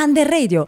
Under Radio.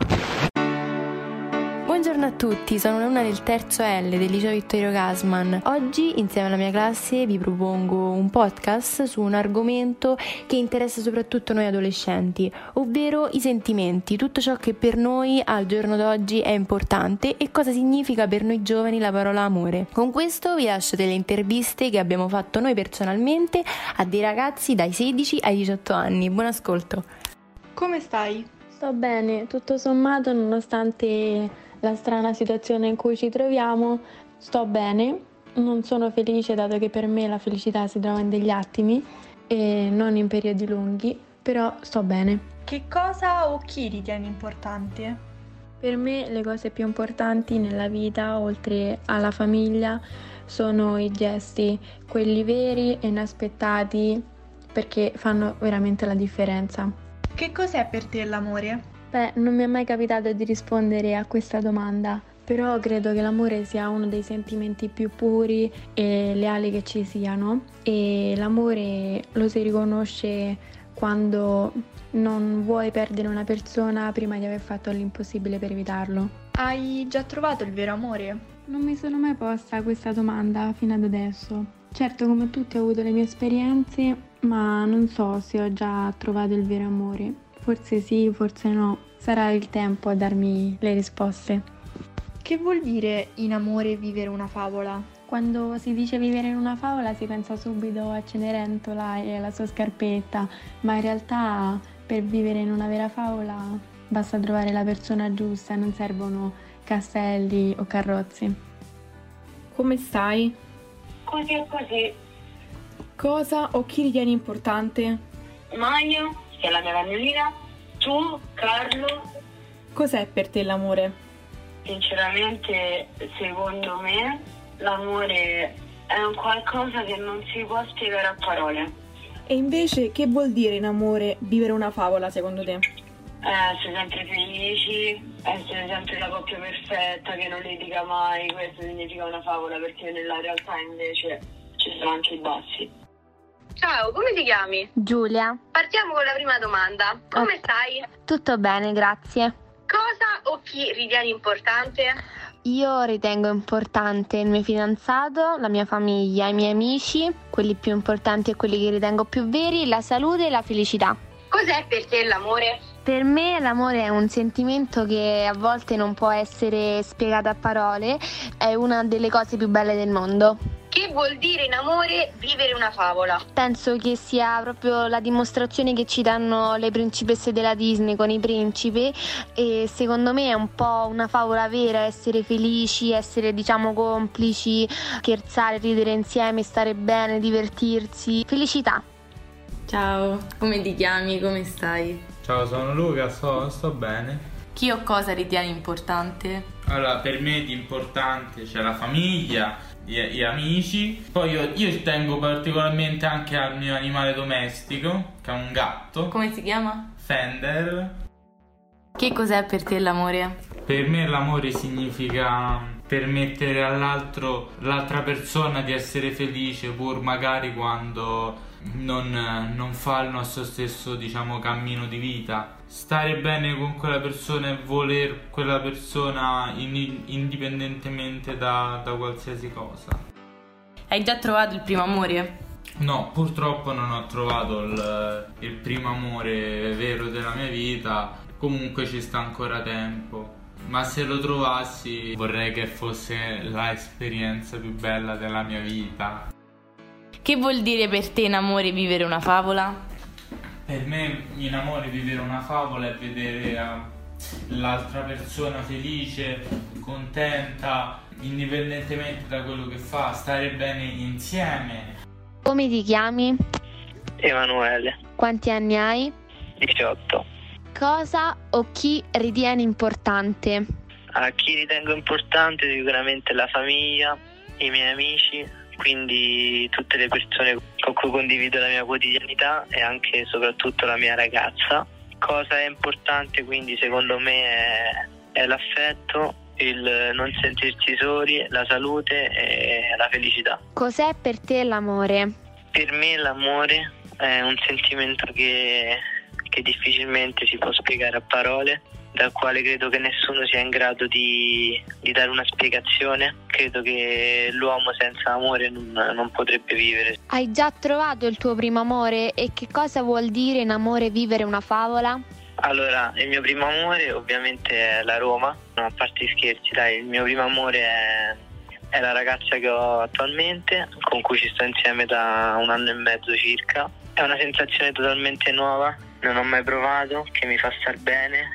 Buongiorno a tutti, sono Luna del terzo L del liceo Vittorio Gassman. Oggi insieme alla mia classe vi propongo un podcast su un argomento che interessa soprattutto noi adolescenti, ovvero i sentimenti, tutto ciò che per noi al giorno d'oggi è importante e cosa significa per noi giovani la parola amore. Con questo vi lascio delle interviste che abbiamo fatto noi personalmente a dei ragazzi dai 16 ai 18 anni. Buon ascolto. Come stai? Sto bene, tutto sommato, nonostante la strana situazione in cui ci troviamo, sto bene. Non sono felice dato che per me la felicità si trova in degli attimi e non in periodi lunghi, però sto bene. Che cosa o chi ritieni importante? Per me le cose più importanti nella vita, oltre alla famiglia, sono i gesti, quelli veri e inaspettati, perché fanno veramente la differenza. Che cos'è per te l'amore? Non mi è mai capitato di rispondere a questa domanda, però credo che l'amore sia uno dei sentimenti più puri e leali che ci siano, e l'amore lo si riconosce quando non vuoi perdere una persona prima di aver fatto l'impossibile per evitarlo. Hai già trovato il vero amore? Non mi sono mai posta questa domanda fino ad adesso. Certo, come tutti ho avuto le mie esperienze, ma non so se ho già trovato il vero amore. Forse sì, forse no. Sarà il tempo a darmi le risposte. Che vuol dire in amore vivere una favola? Quando si dice vivere in una favola si pensa subito a Cenerentola e alla sua scarpetta, ma in realtà per vivere in una vera favola basta trovare la persona giusta, non servono castelli o carrozze. Come stai? Così e così. Cosa o chi ritieni importante? Maio, che è la mia cagnolina, tu, Carlo. Cos'è per te l'amore? Sinceramente, secondo me, l'amore è un qualcosa che non si può spiegare a parole. E invece che vuol dire in amore vivere una favola secondo te? Essere sempre felici, essere sempre la coppia perfetta che non litiga mai, questo significa una favola, perché nella realtà invece ci sono anche i bassi. Ciao, come ti chiami? Giulia. Partiamo con la prima domanda. Come stai? Tutto bene, grazie. Cosa o chi ritieni importante? Io ritengo importante il mio fidanzato, la mia famiglia, i miei amici, quelli più importanti e quelli che ritengo più veri, la salute e la felicità. Cos'è per te l'amore? Per me l'amore è un sentimento che a volte non può essere spiegato a parole, è una delle cose più belle del mondo. Che vuol dire in amore vivere una favola? Penso che sia proprio la dimostrazione che ci danno le principesse della Disney con i principi, e secondo me è un po' una favola vera, essere felici, essere complici, scherzare, ridere insieme, stare bene, divertirsi, felicità. Ciao, come ti chiami? Come stai? Ciao, sono Luca, sto bene. Chi o cosa ritieni importante? Allora, per me di importante c'è la famiglia, gli amici. Poi io tengo particolarmente anche al mio animale domestico, che è un gatto. Come si chiama? Fender. Che cos'è per te l'amore? Per me l'amore significa permettere l'altra persona di essere felice, pur magari quando non fa il nostro stesso cammino di vita. Stare bene con quella persona e voler quella persona indipendentemente da qualsiasi cosa. Hai già trovato il primo amore? No, purtroppo non ho trovato il primo amore vero della mia vita. Comunque ci sta ancora tempo, ma se lo trovassi vorrei che fosse l'esperienza più bella della mia vita. Che vuol dire per te in amore vivere una favola? Per me in amore vivere una favola è vedere l'altra persona felice, contenta, indipendentemente da quello che fa, stare bene insieme. Come ti chiami? Emanuele. Quanti anni hai? 18. Cosa o chi ritieni importante? A chi ritengo importante sicuramente la famiglia, i miei amici, quindi tutte le persone con cui condivido la mia quotidianità e anche e soprattutto la mia ragazza. Cosa è importante quindi secondo me è l'affetto, il non sentirsi soli, la salute e la felicità. Cos'è per te l'amore? Per me l'amore è un sentimento che difficilmente si può spiegare a parole, dal quale credo che nessuno sia in grado di dare una spiegazione. Credo che l'uomo senza amore non potrebbe vivere. Hai già trovato il tuo primo amore e che cosa vuol dire in amore vivere una favola? Allora, il mio primo amore ovviamente è la Roma, no, a parte gli scherzi, dai, il mio primo amore è la ragazza che ho attualmente, con cui ci sto insieme da 1 anno e mezzo circa. È una sensazione totalmente nuova, non ho mai provato, che mi fa star bene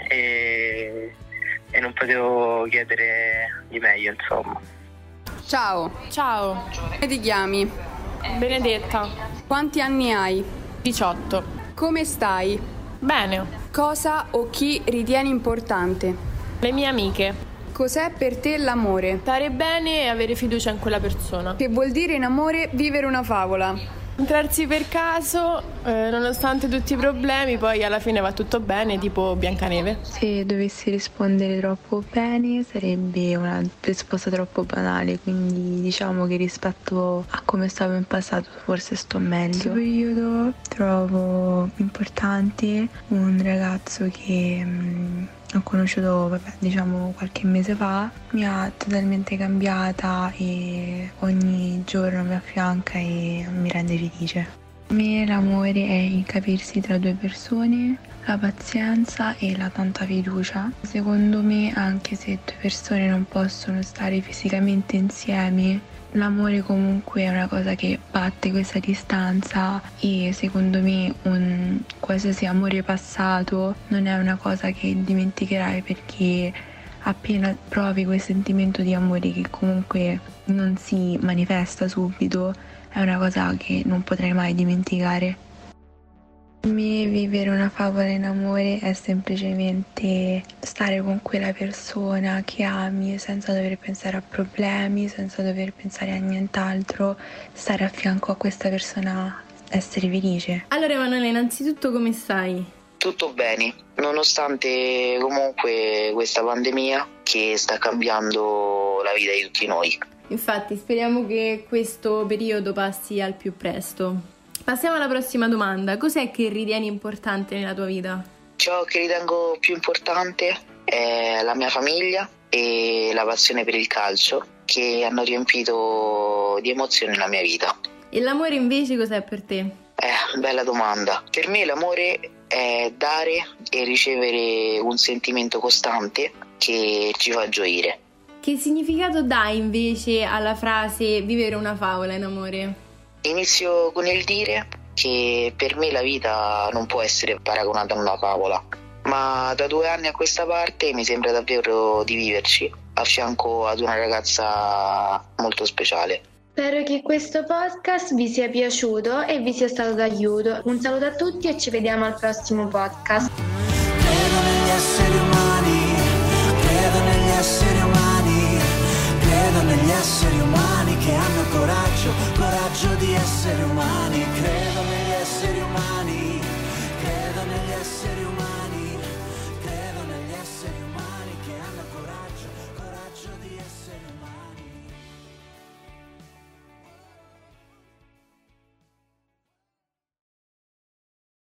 e non potevo chiedere di meglio, insomma. Ciao. Ciao, Come ti chiami? Benedetta, Quanti anni hai? 18. Come stai? Bene, Cosa o chi ritieni importante? le mie amiche. Cos'è per te l'amore? Stare bene e avere fiducia in quella persona. Che vuol dire in amore vivere una favola? Incontrarsi per caso, nonostante tutti i problemi, poi alla fine va tutto bene, tipo Biancaneve. Se dovessi rispondere troppo bene sarebbe una risposta troppo banale, quindi diciamo che rispetto a come stavo in passato forse sto meglio. In questo periodo trovo importante un ragazzo che ho conosciuto qualche mese fa, mi ha totalmente cambiata e ogni giorno mi affianca e mi rende felice. Per me l'amore è il capirsi tra due persone, la pazienza e la tanta fiducia. Secondo me, anche se due persone non possono stare fisicamente insieme, l'amore comunque è una cosa che batte questa distanza e secondo me un qualsiasi amore passato non è una cosa che dimenticherai, perché appena provi quel sentimento di amore che comunque non si manifesta subito, è una cosa che non potrai mai dimenticare. Per me vivere una favola in amore è semplicemente stare con quella persona che ami senza dover pensare a problemi, senza dover pensare a nient'altro, stare a fianco a questa persona, essere felice. Allora Emanuele, innanzitutto come stai? Tutto bene, nonostante comunque questa pandemia che sta cambiando la vita di tutti noi. Infatti speriamo che questo periodo passi al più presto. Passiamo alla prossima domanda. Cos'è che ritieni importante nella tua vita? Ciò che ritengo più importante è la mia famiglia e la passione per il calcio, che hanno riempito di emozioni la mia vita. E l'amore invece cos'è per te? Bella domanda. Per me l'amore è dare e ricevere un sentimento costante che ci fa gioire. Che significato dai invece alla frase vivere una favola in amore? Inizio con il dire che per me la vita non può essere paragonata a una favola, ma da 2 anni a questa parte mi sembra davvero di viverci a fianco ad una ragazza molto speciale. Spero che questo podcast vi sia piaciuto e vi sia stato d'aiuto. Un saluto a tutti e ci vediamo al prossimo podcast. Credo negli esseri umani, credo negli esseri umani, credo negli esseri umani che hanno coraggio di essere umani, credo negli esseri umani, credo negli esseri umani.